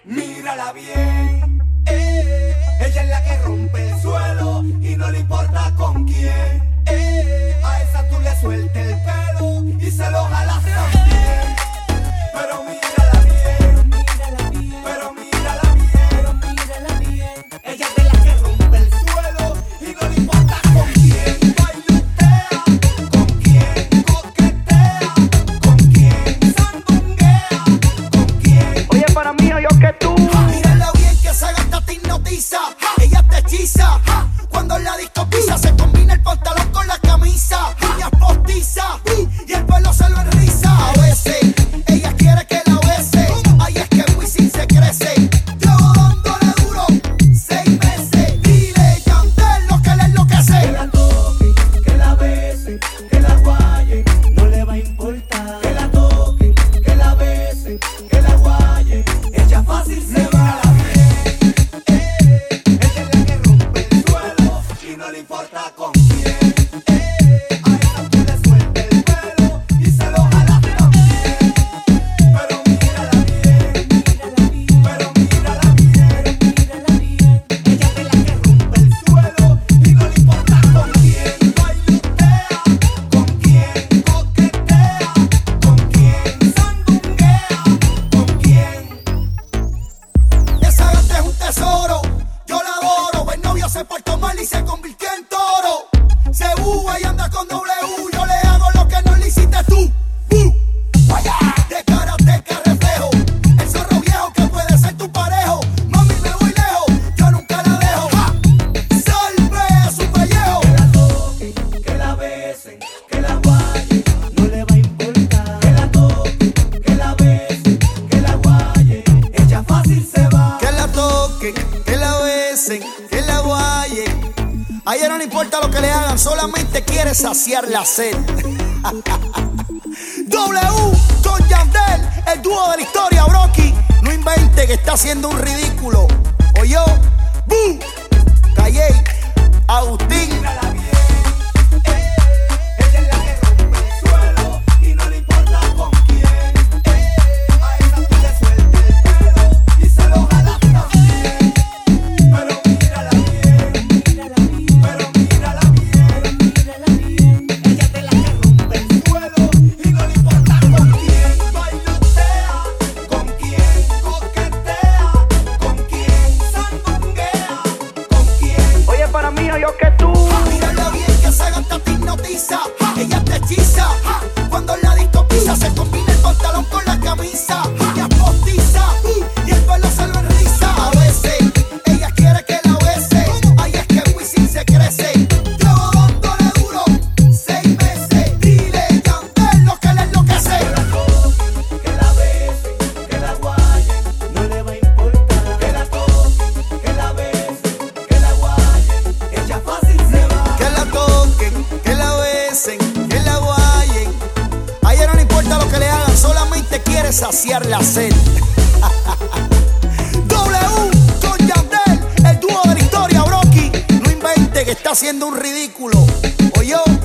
Mírala bien, ella es la que rompe el suelo y no le importa con quién. A esa tú le sueltes el pelo y se lo jalas también. Pero mírala bien, pero mírala bien, ella es de la que rompe el suelo y no le importa con quién. Bailotea, con quién coquetea, con quién sandunguea, con quién. Oye, para mí, yo que tú. Mírala bien que esa gata te hipnotiza, ella te hechiza. Cuando la disco pisa se combina el pantalón con la camisa. Uñas postiza y el pelo se lo enriza. A veces ella quiere que la bese, ahí es que Wisin se crece. Llevo dándole duro 6 meses. Dile Yandel lo que le enloquece. Que la toque, que la bese, que la guaye, no le va a importar. Que la toque, que la bese, que la guaye, ella fácil se va. Ella es la que rompe el suelo y no le importa con quién. A esa tú le sueltes el pelo y se lo jalas también. Pero mírala bien, pero mírala bien. Ella es de la que rompe el suelo y no le importa con quién. Bailotea, con quién coquetea, con quién sandunguea, con quién. Esa gata es un tesoro, yo la adoro. El novio se portó mal y se convirtió en toro. Se uva y anda con W, yo le hago lo que no le hiciste tú. Vaya, de karateca reflejo, el zorro viejo que puede ser tu parejo. Mami, me voy lejos, yo nunca la dejo. Salve a su pellejo. Que la toquen, que la besen, que la guaye, no le va a importar. Que la toquen, que la besen, que la guaye, ella fácil se va. Que la toquen, que la besen, que la guayen. A ella no le importa lo que le hagan, solamente quiere saciar la sed. W con Yandel, el dúo de la historia, Brocky. No invente que está haciendo un ridículo. O yo, ¡bú! Calle, Agustín. Mírala bien, ella es la que rompe el suelo y no le importa con quién. A esa tú le sueltes el pelo y se lo jalas también. Pero mírala bien, pero mírala bien. Ella es de la que rompe el suelo y no le importa con quién. Bailotea, con quién coquetea, con quién sandunguea, con quién. Oye, para mí, yo que tú. Mírala bien que esa gata te hipnotiza, ella te hechiza. Cuando la disco pisa se combina el pantalón con la camisa. Ella postiza y el pelo se lo enriza. A veces ella quiere que la bese, ahí es que Wisin se crece. Llevo dándole duro 6 meses. Dile Yandel lo que le enloquece. Que la toquen, que la besen, que la guayen, no le va a importar. Que la toquen, que la besen, que la guayen, ella fácil se va. Que la toquen, que la besen, que la guayen. A ella no le importa lo que le hagan, solamente quiere saciar la sed. W con Yandel, el dúo de la historia, Brocky. No invente que está haciendo un ridículo. O yo,